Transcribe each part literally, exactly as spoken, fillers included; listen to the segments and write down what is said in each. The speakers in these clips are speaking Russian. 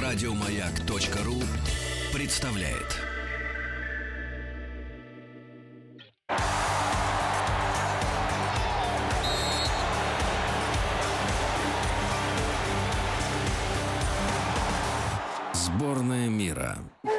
Радиомаяк.ру представляет. Сборная мира.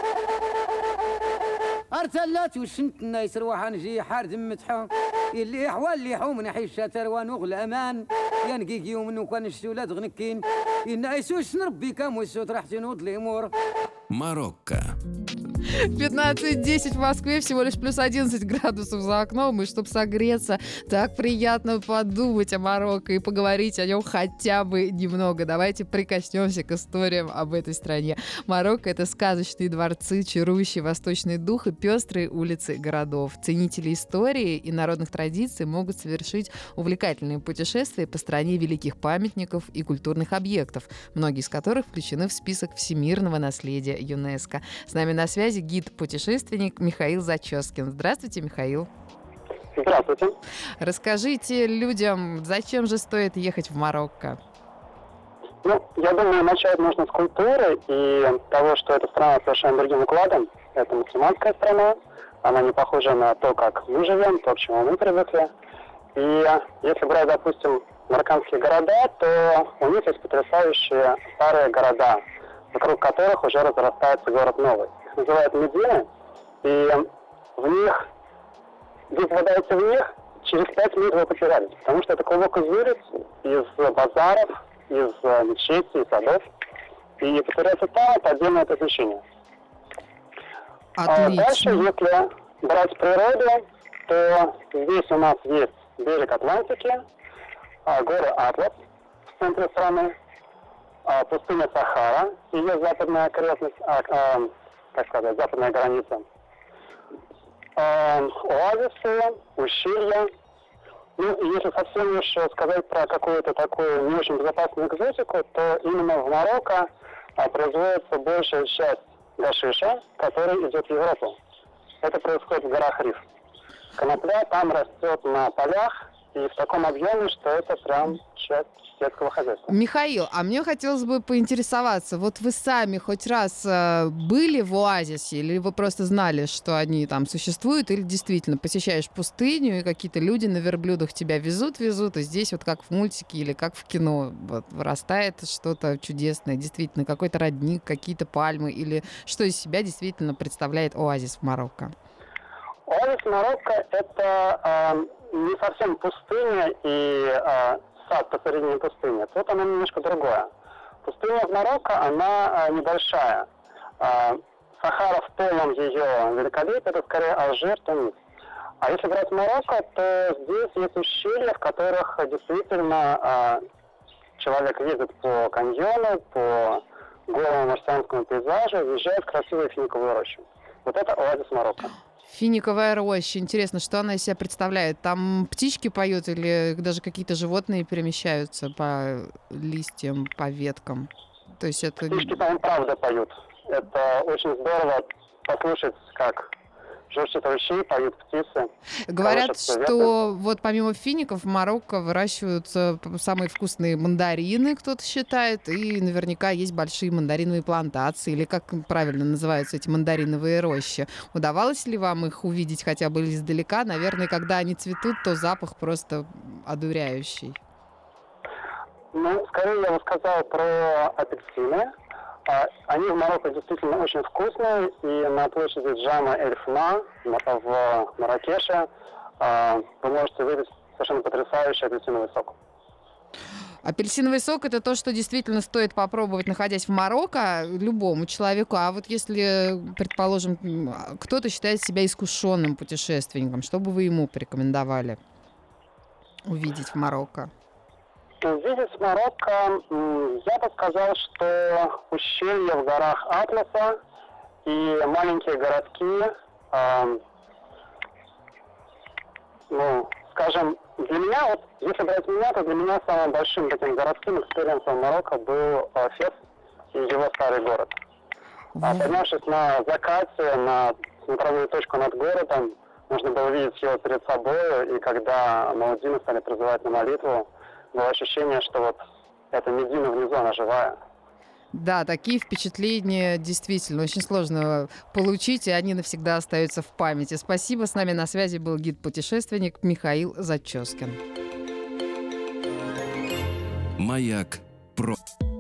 أرسلت وشنت الناس روحا نجي حارد متحو اللي حوال اللي حو من حيش تروان وغل أمان ينقيق يوم إنه كان الشولاد غنكين إن أيسوش نربي كام ويسوت راح تنوض الأمور. Марокко. пятнадцать десять в Москве, всего лишь плюс одиннадцать градусов за окном. И чтобы согреться, так приятно подумать о Марокко и поговорить о нем хотя бы немного. Давайте прикоснемся к историям об этой стране. Марокко — это сказочные дворцы, чарующий восточный дух и пестрые улицы городов. Ценители истории и народных традиций могут совершить увлекательные путешествия по стране великих памятников и культурных объектов, многие из которых включены в список всемирного наследия ЮНЕСКО. С нами на связи гид-путешественник Михаил Заческин. Здравствуйте, Михаил. Здравствуйте. Расскажите людям, зачем же стоит ехать в Марокко? Ну, я думаю, начать нужно с культуры и того, что эта страна совершенно другим укладом. Это мусульманская страна, она не похожа на то, как мы живем, то, к чему мы привыкли. И если брать, допустим, марокканские города, то у них есть потрясающие старые города, вокруг которых уже разрастается город новый. Их называют Медины, и в них, вы попадаете в них, через пять минут вы потерялись, потому что это клубок из улиц, из базаров, из мечетей, из садов, и потеряться там — это отдельное приключение. А дальше, если брать природу, то здесь у нас есть берег Атлантики, горы Атлас в центре страны, пустыня Сахара, ее западная окрестность, а, а, как сказать, западная граница, а, оазисы, ущелья. Ну, и если совсем уж сказать про какую-то такую не очень безопасную экзотику, то именно в Марокко а, производится большая часть гашиша, который идет в Европу. Это происходит в горах Риф. Конопля там растет на полях, и в таком объеме, что это прям часть сельского хозяйства. Михаил, а мне хотелось бы поинтересоваться, вот вы сами хоть раз э, были в оазисе, или вы просто знали, что они там существуют, или действительно посещаешь пустыню, и какие-то люди на верблюдах тебя везут-везут, и здесь вот как в мультике или как в кино вот, вырастает что-то чудесное, действительно, какой-то родник, какие-то пальмы, или что из себя действительно представляет оазис в Марокко? Оазис Марокко — это э, не совсем пустыня и э, сад посередине пустыни. Тут она немножко другое. Пустыня в Марокко, она э, небольшая. Э, Сахара в полном ее великолепии — это скорее Алжир, Тунис. А если брать Марокко, то здесь есть ущелья, в которых действительно э, человек ездит по каньону, по голому марсианскому пейзажу, въезжает в красивую финиковую рощу. Вот это оазис Марокко. Финиковая роща. Интересно, что она из себя представляет? Там птички поют или даже какие-то животные перемещаются по листьям, по веткам? То есть это... Птички там правда поют. Это очень здорово послушать, как журчат ручьи, поют птицы. Говорят, что вот помимо фиников в Марокко выращиваются самые вкусные мандарины, кто-то считает, и наверняка есть большие мандариновые плантации, или как правильно называются эти мандариновые рощи. Удавалось ли вам их увидеть хотя бы издалека? Наверное, когда они цветут, то запах просто одуряющий. Ну, скорее я бы сказал про апельсины. Они в Марокко действительно очень вкусные, и на площади Джама Эль-Фна в Марракеше вы можете выпить совершенно потрясающий апельсиновый сок. Апельсиновый сок — это то, что действительно стоит попробовать, находясь в Марокко, любому человеку. А вот если, предположим, кто-то считает себя искушенным путешественником, что бы вы ему порекомендовали увидеть в Марокко? Увидеть в Марокко, я бы сказал, что ущелья в горах Атласа и маленькие городки, э, ну, скажем, для меня, вот, если брать меня, то для меня самым большим таким городским экспириенсом Марокко был э, Фес и его старый город. А, поднявшись на закате, на смотровую точку над городом, можно было видеть его перед собой, и когда муэдзины стали призывать на молитву, было ощущение, что вот эта Медина внизу, она живая. Да, такие впечатления действительно очень сложно получить, и они навсегда остаются в памяти. Спасибо. С нами на связи был гид-путешественник Михаил Заческин. Маяк про.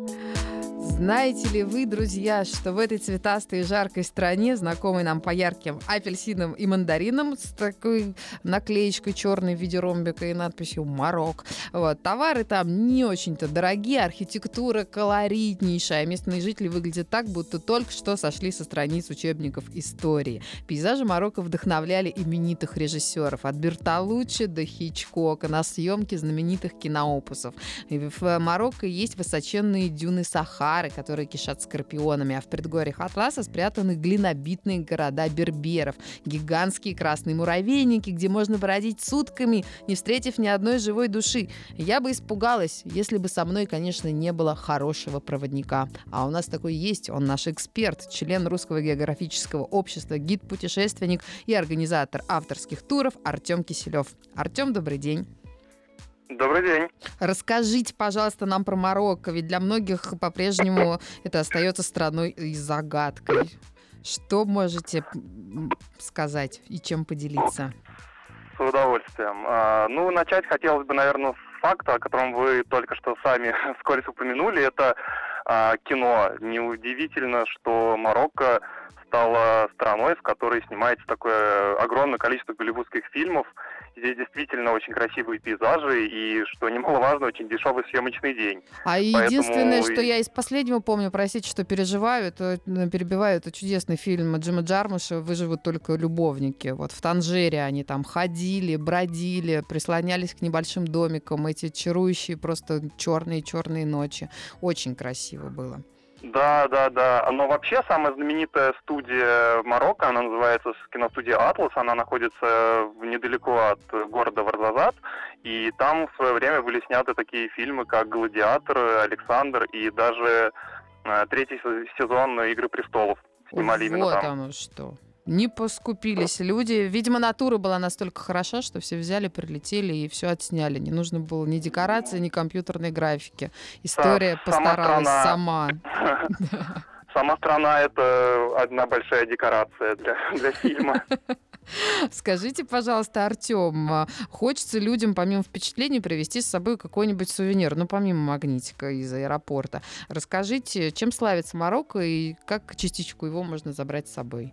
Знаете ли вы, друзья, что в этой цветастой и жаркой стране, знакомой нам по ярким апельсинам и мандаринам, с такой наклеечкой черной в виде ромбика и надписью «Марок», вот, товары там не очень-то дорогие, архитектура колоритнейшая, местные жители выглядят так, будто только что сошли со страниц учебников истории. Пейзажи Марокко вдохновляли именитых режиссеров, от Бертолуччи до Хичкока, на съемки знаменитых киноопусов. И в Марокко есть высоченные дюны Сахары, которые кишат скорпионами, а в предгорьях Атласа спрятаны глинобитные города берберов, гигантские красные муравейники, где можно бродить сутками, не встретив ни одной живой души. Я бы испугалась, если бы со мной, конечно, не было хорошего проводника. А у нас такой есть, он наш эксперт, член Русского географического общества, гид-путешественник и организатор авторских туров Артем Киселев. Артем, добрый день. Добрый день. Расскажите, пожалуйста, нам про Марокко, ведь для многих по-прежнему это остается страной и загадкой. Что можете сказать и чем поделиться? С удовольствием. А, ну, начать хотелось бы, наверное, с факта, о котором вы только что сами вскользь упомянули. Это а, кино. Неудивительно, что Марокко стала страной, в которой снимается такое огромное количество голливудских фильмов. Здесь действительно очень красивые пейзажи и, что немаловажно, очень дешевый съемочный день. А Поэтому... единственное, что я из последнего помню, простите, что переживаю, это перебиваю, это чудесный фильм Джима Джармуша «Выживут только любовники». Вот в Танжере они там ходили, бродили, прислонялись к небольшим домикам, эти чарующие просто черные-черные ночи. Очень красиво было. Да, да, да. Но вообще самая знаменитая студия Марокко, она называется киностудия «Атлас», она находится недалеко от города Варзазат, и там в свое время были сняты такие фильмы, как «Гладиатор», «Александр» и даже э, третий сезон «Игры престолов» снимали вот именно там. Вот оно что. Не поскупились люди. Видимо, натура была настолько хороша, что все взяли, прилетели и все отсняли. Не нужно было ни декорации, ни компьютерной графики. История да, постаралась сама. Сама страна — это одна большая декорация для, для фильма. Скажите, пожалуйста, Артем, хочется людям помимо впечатлений привезти с собой какой-нибудь сувенир, ну, помимо магнитика из аэропорта. Расскажите, чем славится Марокко и как частичку его можно забрать с собой?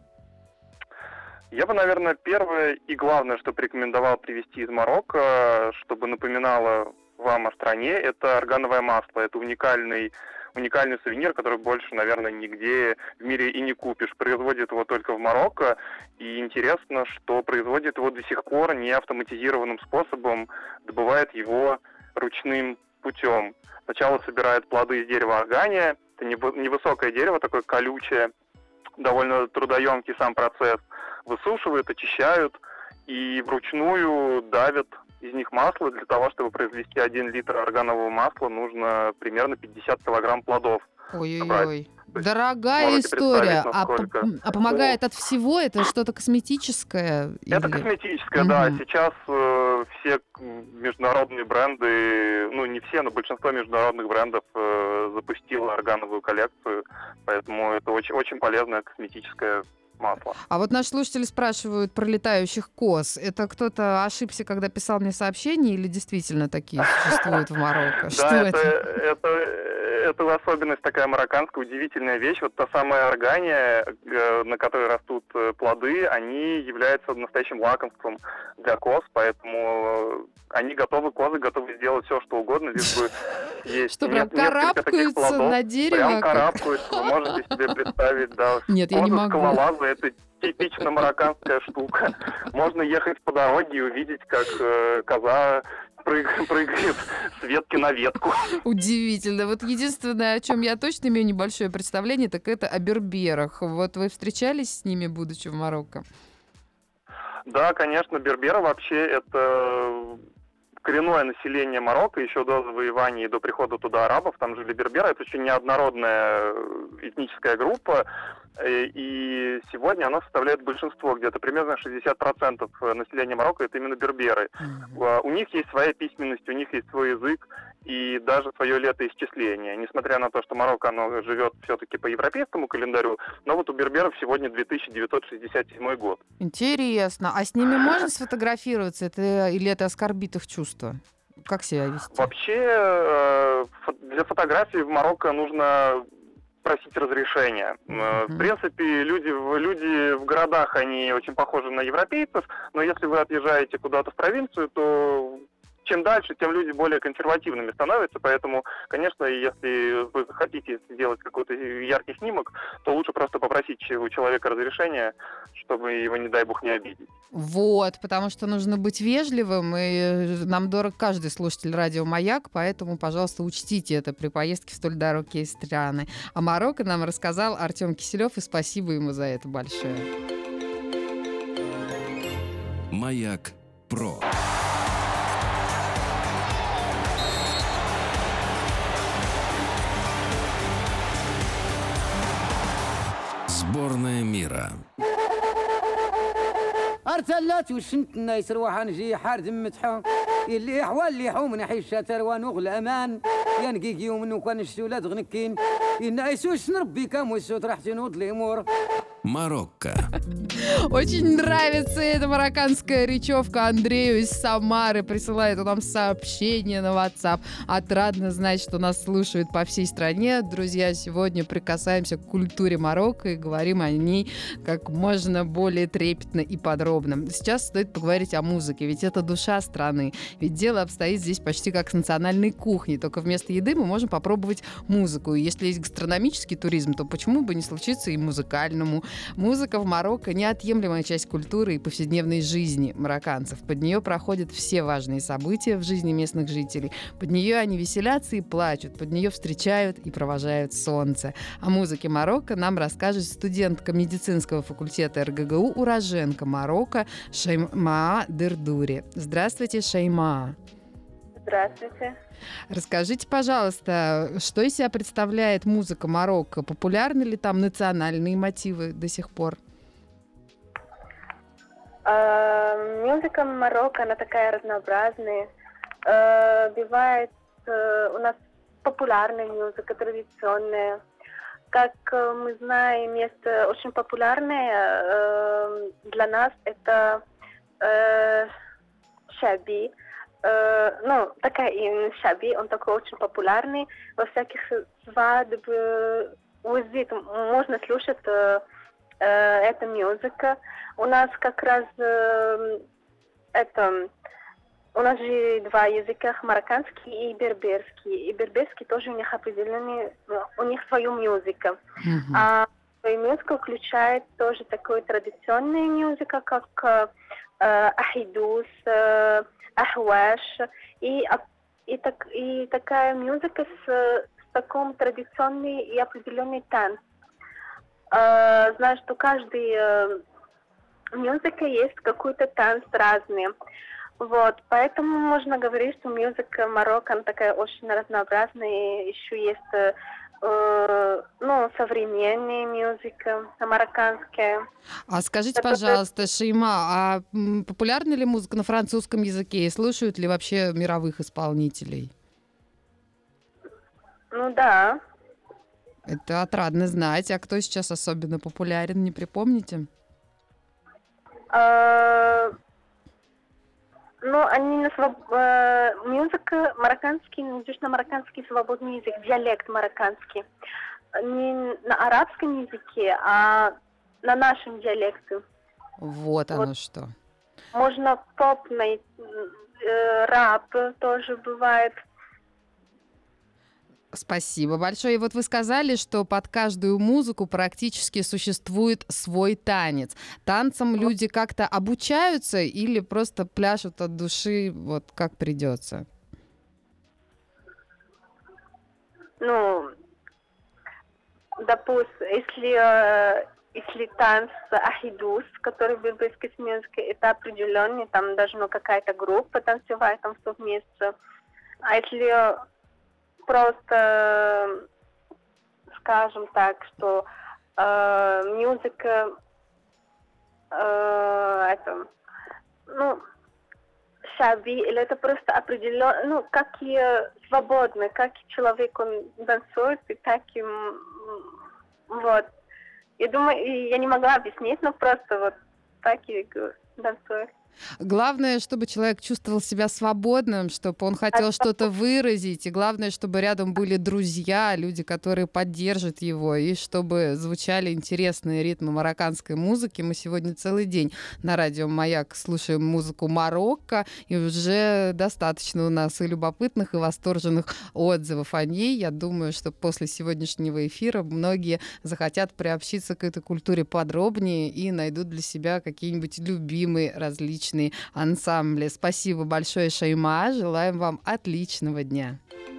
Я бы, наверное, первое и главное, что порекомендовал привезти из Марокко, чтобы напоминало вам о стране, это органовое масло. Это уникальный, уникальный сувенир, который больше, наверное, нигде в мире и не купишь. Производит его только в Марокко. И интересно, что производит его до сих пор не автоматизированным способом, добывает его ручным путем. Сначала собирает плоды из дерева органия. Это невысокое дерево, такое колючее, довольно трудоемкий сам процесс. Высушивают, очищают и вручную давят из них масло. Для того, чтобы произвести один литр органового масла, нужно примерно пятьдесят килограмм плодов. Ой-ой-ой. Дорогая история. А, а помогает от всего? Это что-то косметическое? Это или... косметическое, угу. да. Сейчас э, все международные бренды, ну не все, но большинство международных брендов э, запустило органовую коллекцию. Поэтому это очень, очень полезное косметическое масло. А вот наши слушатели спрашивают про летающих коз. Это кто-то ошибся, когда писал мне сообщение, или действительно такие существуют в Марокко? Что да, это? Это, это особенность такая марокканская, удивительная вещь. Вот та самая органия, на которой растут плоды, они являются настоящим лакомством для коз, поэтому они готовы, козы готовы сделать все, что угодно, лишь бы есть. Что, прям карабкаются на дерево? Прям карабкаются, вы можете себе представить, да. Нет, я не могу. Скалолазы — это типично марокканская штука. Можно ехать по дороге и увидеть, как э, коза прыг- прыгает с ветки на ветку. Удивительно. Вот единственное, о чем я точно имею небольшое представление, так это о берберах. Вот вы встречались с ними, будучи в Марокко? Да, конечно, берберы вообще это коренное население Марокко еще до завоевания и до прихода туда арабов. Там жили берберы. Это очень неоднородная этническая группа. И сегодня она составляет большинство, где-то примерно шестьдесят процентов населения Марокко — это именно берберы. Mm-hmm. У них есть своя письменность, у них есть свой язык. И празднует даже свое летоисчисление. Несмотря на то, что Марокко, оно живет все-таки по европейскому календарю, но вот у берберов сегодня две тысячи девятьсот шестьдесят седьмой год. Интересно. А с ними можно сфотографироваться? Это, или это оскорбит их чувства? Как себя вести? Вообще, э, для фотографий в Марокко нужно просить разрешения. Mm-hmm. В принципе, люди, люди в городах, они очень похожи на европейцев, но если вы отъезжаете куда-то в провинцию, то чем дальше, тем люди более консервативными становятся, поэтому, конечно, если вы хотите сделать какой-то яркий снимок, то лучше просто попросить у человека разрешения, чтобы его, не дай бог, не обидеть. Вот, потому что нужно быть вежливым, и нам дорог каждый слушатель радио «Маяк», поэтому, пожалуйста, учтите это при поездке в столь далекие страны. О Марокко нам рассказал Артем Киселев, и спасибо ему за это большое. Маяк Про. Сборная мира. ارتلات وشنت الناس روح نجي حارد متحو اللي حوال اللي حو من حيشة تروان وغل امان ينقيق يوم انو كان الشولاد غنكين ان ايسوش نربي كام وسوت راح تنوض الامور. Марокко. Очень нравится эта марокканская речевка. Андрею из Самары присылает он нам сообщение на WhatsApp. Отрадно знать, что нас слушают по всей стране. Друзья, сегодня прикасаемся к культуре Марокко и говорим о ней как можно более трепетно и подробно. Сейчас стоит поговорить о музыке, ведь это душа страны. Ведь дело обстоит здесь почти как с национальной кухней, только вместо еды мы можем попробовать музыку. И если есть гастрономический туризм, то почему бы не случиться и музыкальному? Музыка в Марокко – неотъемлемая часть культуры и повседневной жизни марокканцев. Под нее проходят все важные события в жизни местных жителей. Под нее они веселятся и плачут. Под нее встречают и провожают солнце. О музыке Марокко нам расскажет студентка медицинского факультета эр гэ гэ у, уроженка Марокко Шеймаа Дердури. Здравствуйте, Шеймаа. Здравствуйте. Расскажите, пожалуйста, что из себя представляет музыка Марокко? Популярны ли там национальные мотивы до сих пор? Э, музыка Марокко, она такая разнообразная. Э, бывает э, у нас популярная музыка, традиционная. Как э, мы знаем, место очень популярное э, для нас это э, шаби. Uh, ну, такая именно шаби, он такой очень популярный. Во всяких свадьбах, узит можно слушать uh, uh, эту музыку. У нас как раз uh, это, у нас же два языка, марокканский и берберский. И берберский тоже у них определенный, у них свою музыку. Mm-hmm. А свою музыку включает тоже такую традиционную музыку, как uh, ахидус, uh, ахваш, и, и, так, и такая музыка с, с таком традиционный и определенный танц. Э, знаю, что каждый э, музыка есть какой-то танц разный. Вот, поэтому можно говорить, что музыка Марокко такая очень разнообразная, еще есть э, ну, современная музыка марокканская. А скажите, Это пожалуйста, Шейма, а популярна ли музыка на французском языке? И слушают ли вообще мировых исполнителей? Ну да. Это отрадно знать. А кто сейчас особенно популярен, не припомните? А... Ну, они на своб... э, музыка марокканский, южно-марокканский свободный язык, диалект марокканский. Не на арабском языке, а на нашем диалекте. Вот оно вот. Что. Можно поп, э, рэп тоже бывает. Спасибо большое. И вот вы сказали, что под каждую музыку практически существует свой танец. Танцам люди как-то обучаются или просто пляшут от души, вот как придется? Ну, допустим, если, если танц ахидус, который в берберской музыке, это определенный, там должна какая-то группа танцевать там совместно. А если просто, скажем так, что э, музыка, э, это, ну, шаби, или это просто определенно, ну, как и свободно, как человек он танцует, и так и вот. Я думаю, я не могла объяснить, но просто вот так и танцую. Главное, чтобы человек чувствовал себя свободным, чтобы он хотел что-то выразить, и главное, чтобы рядом были друзья, люди, которые поддержат его, и чтобы звучали интересные ритмы марокканской музыки. Мы сегодня целый день на радио «Маяк» слушаем музыку Марокко, и уже достаточно у нас и любопытных, и восторженных отзывов о ней. Я думаю, что после сегодняшнего эфира многие захотят приобщиться к этой культуре подробнее и найдут для себя какие-нибудь любимые различные ансамбли. Спасибо большое, Шейма. Желаем вам отличного дня.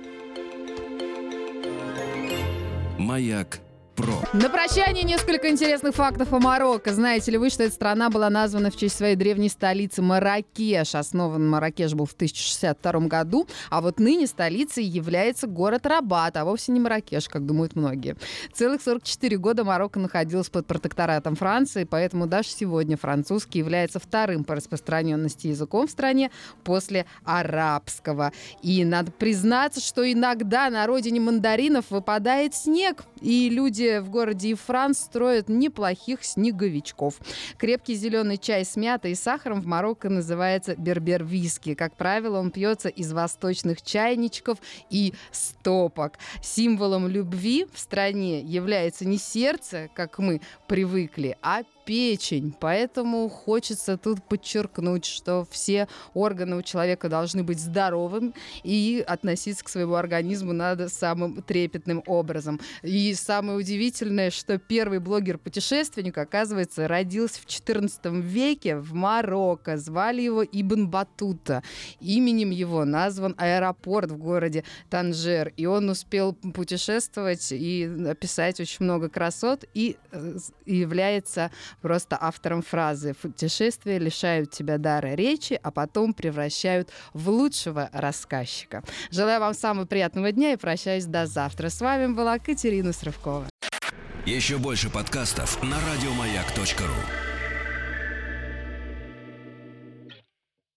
Маяк Про. На прощание несколько интересных фактов о Марокко. Знаете ли вы, что эта страна была названа в честь своей древней столицы Марракеш? Основан Марракеш был в тысяча шестьдесят втором году, а вот ныне столицей является город Рабат, а вовсе не Марракеш, как думают многие. Целых сорок четыре года Марокко находилось под протекторатом Франции, поэтому даже сегодня французский является вторым по распространенности языком в стране после арабского. И надо признаться, что иногда на родине мандаринов выпадает снег, и люди в городе Ифран строят неплохих снеговичков. Крепкий зеленый чай с мятой и сахаром в Марокко называется бербер-виски. Как правило, он пьется из восточных чайничков и стопок. Символом любви в стране является не сердце, как мы привыкли, а печень. Поэтому хочется тут подчеркнуть, что все органы у человека должны быть здоровыми, и относиться к своему организму надо самым трепетным образом. И самое удивительное, что первый блогер-путешественник, оказывается, родился в четырнадцатом веке в Марокко. Звали его Ибн Батута. Именем его назван аэропорт в городе Танжер. И он успел путешествовать и описать очень много красот, и, и является просто автором фразы: «Путешествия лишают тебя дара речи, а потом превращают в лучшего рассказчика». Желаю вам самого приятного дня и прощаюсь до завтра. С вами была Катерина Срывкова. Еще больше подкастов на радиомаяк точка ру.